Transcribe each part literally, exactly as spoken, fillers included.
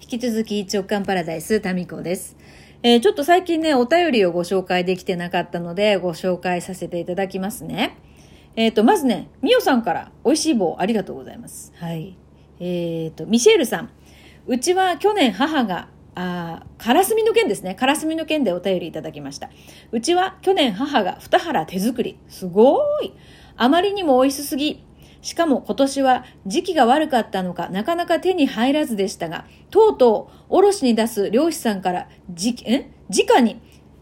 引き続き直感パラダイスタミコです。えー、ちょっと最近ねお便りをご紹介できてなかったのでご紹介させていただきますね。えっ、ー、とまずねみおさんから美味しい棒ありがとうございます。はい。えっ、ー、とミシェールさん、うちは去年母があカラスミの件ですね。カラスミの件でお便りいただきました。うちは去年母が二腹手作り。すごーい。あまりにも美味しすぎ。しかも今年は時期が悪かったのかなかなか手に入らずでしたが、とうとう卸に出す漁師さんからじえ直に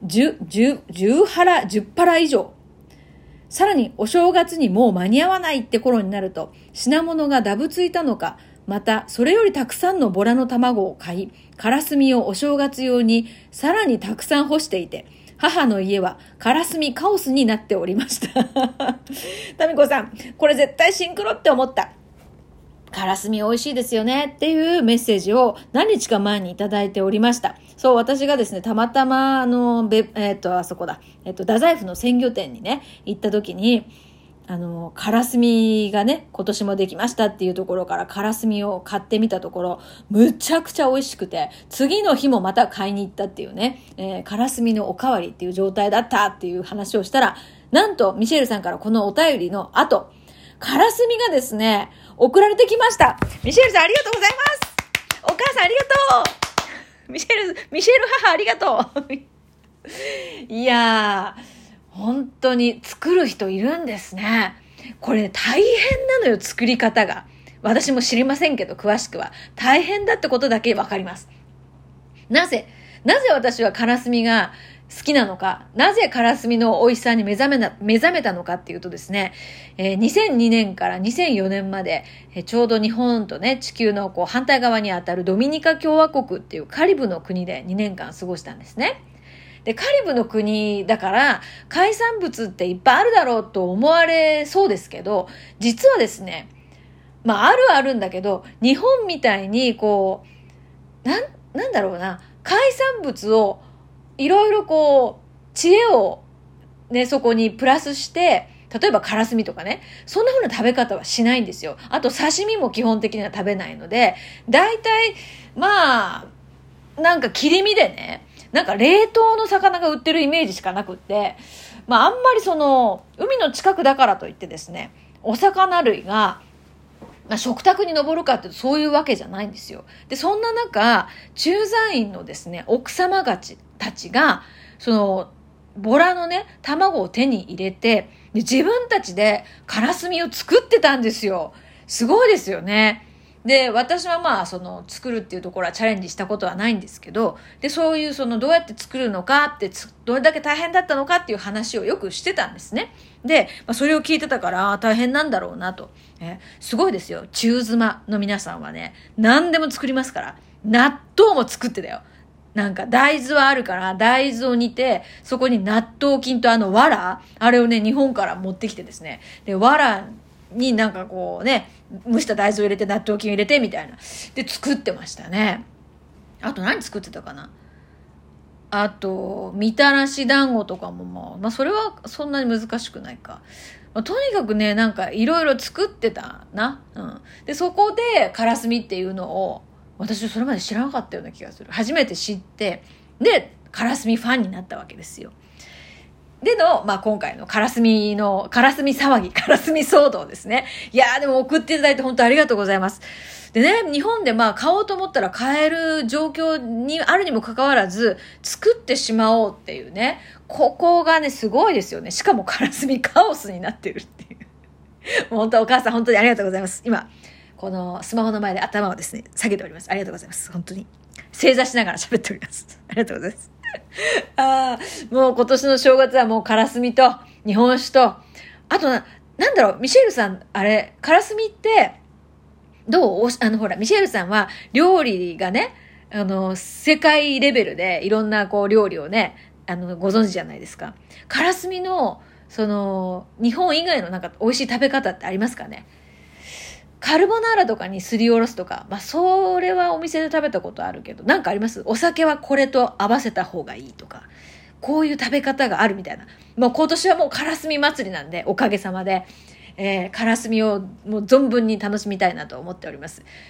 10、10、10腹、10腹以上。さらにお正月にもう間に合わないって頃になると品物がダブついたのか、またそれよりたくさんのボラの卵を買い、カラスミをお正月用にさらにたくさん干していて、母の家はカラスミカオスになっておりました。タミコさん、これ絶対シンクロって思った。カラスミ美味しいですよねっていうメッセージを何日か前にいただいておりました。そう、私がですね、たまたまあの、べえっと、あそこだ、えっと、太宰府の鮮魚店にね、行った時に、あの、カラスミがね、今年もできましたっていうところからカラスミを買ってみたところ、むちゃくちゃ美味しくて、次の日もまた買いに行ったっていうね、えー、カラスミのおかわりっていう状態だったっていう話をしたら、なんとミシェルさんからこのお便りの後、カラスミがですね、送られてきました。ミシェルさんありがとうございます。お母さんありがとう。ミシェル、ミシェル母ありがとう。いやー、本当に作る人いるんですね。これ大変なのよ、作り方が。私も知りませんけど、詳しくは。大変だってことだけわかります。なぜ、なぜ私はカラスミが好きなのか、なぜカラスミの美味しさに目覚めな、目覚めたのかっていうとですね、えー、にせんにねんからにせんよねんまで、えー、ちょうど日本とね、地球のこう反対側にあたるドミニカ共和国っていうカリブの国でにねんかん過ごしたんですね。で、カリブの国だから海産物っていっぱいあるだろうと思われそうですけど、実はですね、まああるはあるんだけど、日本みたいにこう、なん、なんだろうな、海産物をいろいろこう、知恵をね、そこにプラスして、例えばカラスミとかね、そんな風な食べ方はしないんですよ。あと刺身も基本的には食べないので、だいたい、まあ、なんか切り身でね、なんか冷凍の魚が売ってるイメージしかなくって、まああんまりその、海の近くだからといってですね、お魚類が、まあ、食卓に上るかっていうとそういうわけじゃないんですよ。で、そんな中、駐在員のですね、奥様たちたちが、その、ボラのね、卵を手に入れて、で自分たちでカラスミを作ってたんですよ。すごいですよね。で、私はまあ、その、作るっていうところはチャレンジしたことはないんですけど、で、そういうその、どうやって作るのかって、どれだけ大変だったのかっていう話をよくしてたんですね。で、まあ、それを聞いてたから、大変なんだろうなと。え、すごいですよ。中妻の皆さんはね、何でも作りますから。納豆も作ってたよ。なんか大豆はあるから、大豆を煮て、そこに納豆菌とあの藁、あれをね、日本から持ってきてですね。で、藁になんかこうね、蒸した大豆を入れて納豆菌を入れてみたいな。で、作ってましたね。あと何作ってたかな。あと、みたらし団子とかもまあ、まあそれはそんなに難しくないか。まあ、とにかくね、なんかいろいろ作ってたな。うん。で、そこでカラスミっていうのを、私それまで知らなかったような気がする。初めて知って、で、カラスミファンになったわけですよ。での、まあ、今回のカラスミの、カラスミ騒ぎ、カラスミ騒動ですね。いやーでも送っていただいて本当ありがとうございます。でね、日本でまあ買おうと思ったら買える状況にあるにもかかわらず、作ってしまおうっていうね、ここがね、すごいですよね。しかもカラスミカオスになってるっていう。本当お母さん本当にありがとうございます。今、このスマホの前で頭をですね、下げております。ありがとうございます。本当に。正座しながら喋っております。ありがとうございます。ああ、もう今年の正月はもうカラスミと日本酒と、あとな、なんだろう、ミシェルさん、あれ、カラスミって、どうあの、ほら、ミシェルさんは料理がね、あの、世界レベルでいろんなこう料理をね、あの、ご存知じゃないですか。カラスミの、その、日本以外のなんか美味しい食べ方ってありますかね？カルボナーラとかにすりおろすとか、まあ、それはお店で食べたことあるけど、なんかあります？お酒はこれと合わせた方がいいとか、こういう食べ方があるみたいな。もう今年はもうカラスミ祭りなんで、おかげさまで、えー、カラスミをもう存分に楽しみたいなと思っております。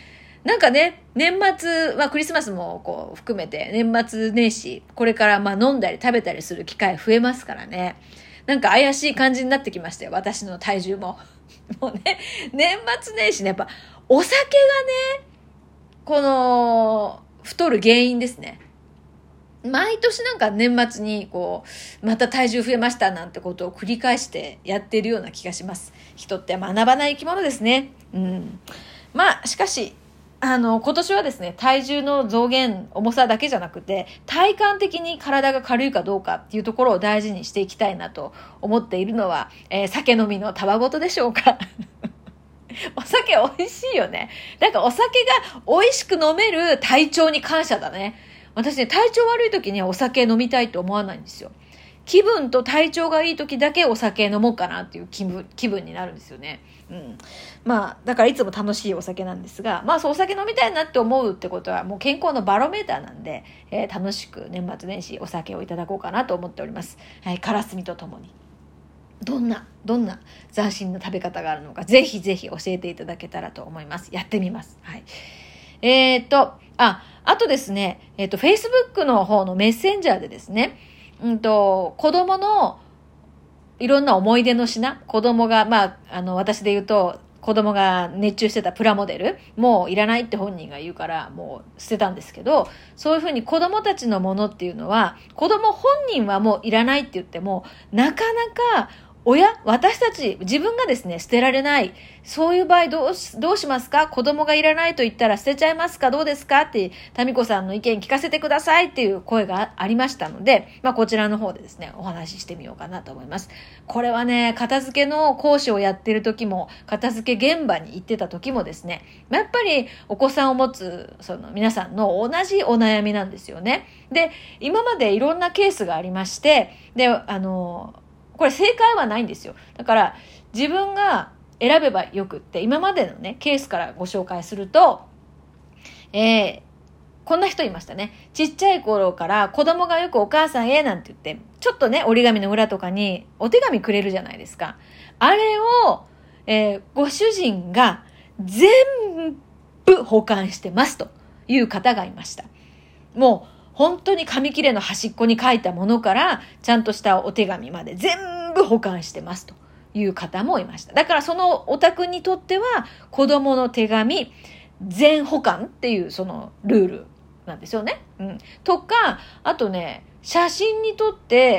なんかね、年末、まあクリスマスもこう含めて年末年始、これからまあ飲んだり食べたりする機会増えますからね。なんか怪しい感じになってきましたよ、私の体重も。もうね、年末年始ね、やっぱお酒がね、この、太る原因ですね。毎年なんか年末にこう、また体重増えましたなんてことを繰り返してやっているような気がします。人って学ばない生き物ですね。うん。まあ、しかし、あの、今年はですね、体重の増減、重さだけじゃなくて、体感的に体が軽いかどうかっていうところを大事にしていきたいなと思っているのは、えー、酒飲みのたわごとでしょうか。お酒美味しいよね。なんかお酒が美味しく飲める体調に感謝だね。私ね、体調悪い時にはお酒飲みたいと思わないんですよ。気分と体調がいい時だけお酒飲もうかなっていう気分、気分になるんですよね。うん。まあ、だからいつも楽しいお酒なんですが、まあそうお酒飲みたいなって思うってことはもう健康のバロメーターなんで、えー、楽しく年末年始お酒をいただこうかなと思っております。はい、からすみとともに。どんな、どんな斬新な食べ方があるのか、ぜひぜひ教えていただけたらと思います。やってみます。はい。えーっと、あ、あとですね、えーっと、Facebook の方のメッセンジャーでですね、うんと、子供のいろんな思い出の品、子供が、まあ、あの、私で言うと、子供が熱中してたプラモデル、もういらないって本人が言うから、もう捨てたんですけど、そういうふうに子供たちのものっていうのは、子供本人はもういらないって言っても、なかなか、親、私たち、自分がですね、捨てられない。そういう場合どうし、どうしますか？子供がいらないと言ったら捨てちゃいますか？どうですか？って、タミコさんの意見聞かせてくださいっていう声がありましたので、まあこちらの方でですね、お話ししてみようかなと思います。これはね、片付けの講師をやってる時も、片付け現場に行ってた時もですね、やっぱりお子さんを持つ、その皆さんの同じお悩みなんですよね。で、今までいろんなケースがありまして、で、あの、これ正解はないんですよ。だから自分が選べばよくって、今までのね、ケースからご紹介すると、えー、こんな人いましたね。ちっちゃい頃から子供がよくお母さんへなんて言って、ちょっとね、折り紙の裏とかにお手紙くれるじゃないですか。あれを、えー、ご主人が全部保管してますという方がいました。もう、本当に紙切れの端っこに書いたものからちゃんとしたお手紙まで全部保管してますという方もいました。だからそのお宅にとっては子供の手紙全保管っていうそのルールなんですよね。うん。とか、あとね、写真に撮って、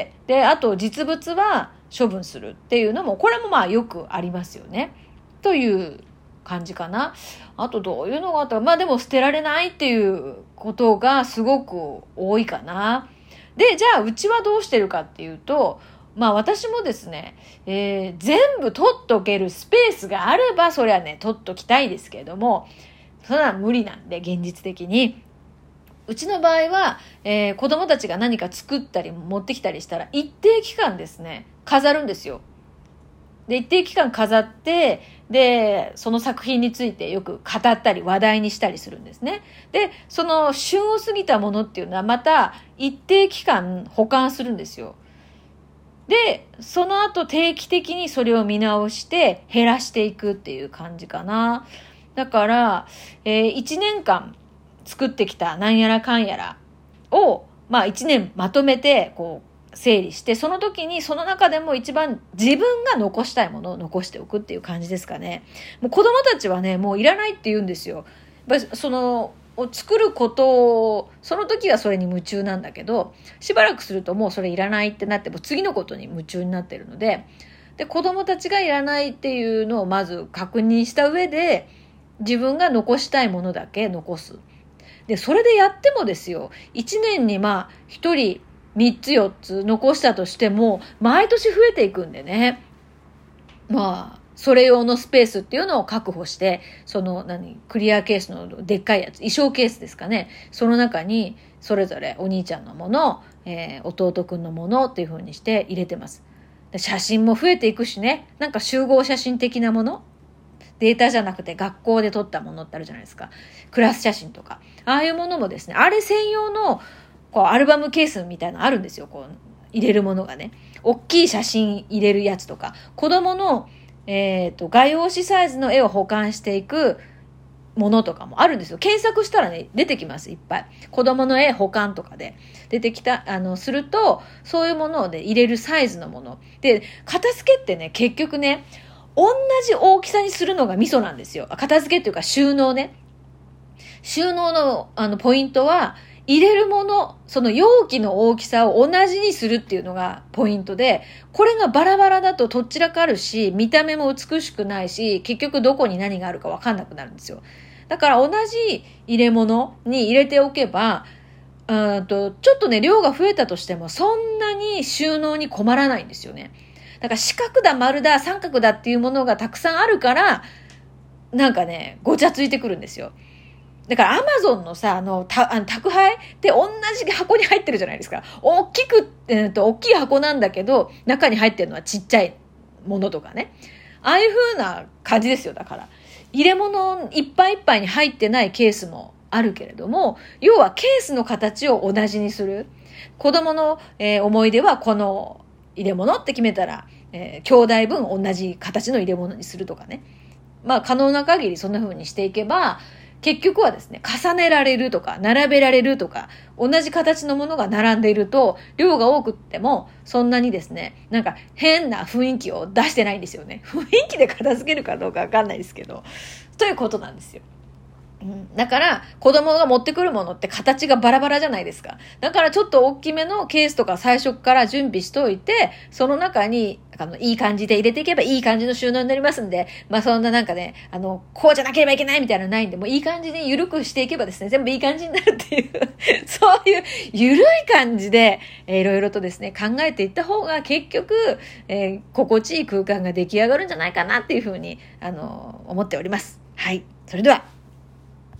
で、あと実物は処分するっていうのも、これもまあよくありますよね。という感じかな。あとどういうのがあったか。まあでも捨てられないっていうことがすごく多いかな。で、じゃあうちはどうしてるかっていうと、まあ私もですね、えー、全部取っとけるスペースがあれば、そりゃね、取っときたいですけれども、そんな無理なんで、現実的に。うちの場合は、えー、子供たちが何か作ったり持ってきたりしたら、一定期間ですね、飾るんですよ。で、一定期間飾って、で、その作品についてよく語ったり話題にしたりするんですね。で、その旬を過ぎたものっていうのはまた一定期間保管するんですよ。で、その後定期的にそれを見直して減らしていくっていう感じかな。だから、えー、いちねんかん作ってきたなんやらかんやらを、まあいちねんまとめて、こう、整理して、その時にその中でも一番自分が残したいものを残しておくっていう感じですかね。もう子供たちはね、もういらないって言うんですよ。やっぱりその、を作ることを、その時はそれに夢中なんだけど、しばらくするともうそれいらないってなって、もう次のことに夢中になってるので、で、子供たちがいらないっていうのをまず確認した上で、自分が残したいものだけ残す。で、それでやってもですよ、いちねんにまあ、ひとり、みっつよっつ残したとしても、毎年増えていくんでね。まあ、それ用のスペースっていうのを確保して、その、何、クリアケースのでっかいやつ、衣装ケースですかね。その中に、それぞれお兄ちゃんのもの、えー、弟くんのものっていう風にして入れてます。で、写真も増えていくしね。なんか集合写真的なもの。データじゃなくて学校で撮ったものってあるじゃないですか。クラス写真とか。ああいうものもですね、あれ専用の、こうアルバムケースみたいなのあるんですよ。こう入れるものがね、大きい写真入れるやつとか、子供の、えーと、画用紙サイズの絵を保管していくものとかもあるんですよ。検索したらね、出てきます、いっぱい。子供の絵保管とかで出てきた、あの、すると、そういうものをね、入れるサイズのもの。で、片付けってね、結局ね、同じ大きさにするのがミソなんですよ。片付けっていうか収納ね。収納の、あの、ポイントは、入れるもの、その容器の大きさを同じにするっていうのがポイントで、これがバラバラだととっちらかるし、見た目も美しくないし、結局どこに何があるかわかんなくなるんですよ。だから同じ入れ物に入れておけば、うんとちょっとね、量が増えたとしても、そんなに収納に困らないんですよね。だから四角だ、丸だ、三角だっていうものがたくさんあるから、なんかね、ごちゃついてくるんですよ。だからアマゾンのさ、あの、たあの宅配って同じ箱に入ってるじゃないですか。大きく、えーと、大きい箱なんだけど、中に入ってるのはちっちゃいものとかね。ああいう風な感じですよ、だから。入れ物いっぱいいっぱいに入ってないケースもあるけれども、要はケースの形を同じにする。子供の、えー、思い出はこの入れ物って決めたら、えー、兄弟分同じ形の入れ物にするとかね。まあ可能な限りそんな風にしていけば、結局はですね、重ねられるとか、並べられるとか、同じ形のものが並んでいると、量が多くっても、そんなにですね、なんか変な雰囲気を出してないんですよね。雰囲気で片付けるかどうかわかんないですけど、ということなんですよ。うん、だから子供が持ってくるものって形がバラバラじゃないですか。だからちょっと大きめのケースとか最初から準備しておいて、その中にあのいい感じで入れていけばいい感じの収納になりますんで、まあそんななんかね、あのこうじゃなければいけないみたいなのないんで、もういい感じに緩くしていけばですね、全部いい感じになるっていうそういう緩い感じで、えー、いろいろとですね考えていった方が結局、えー、心地いい空間が出来上がるんじゃないかなっていうふうにあの思っております。はい、それでは。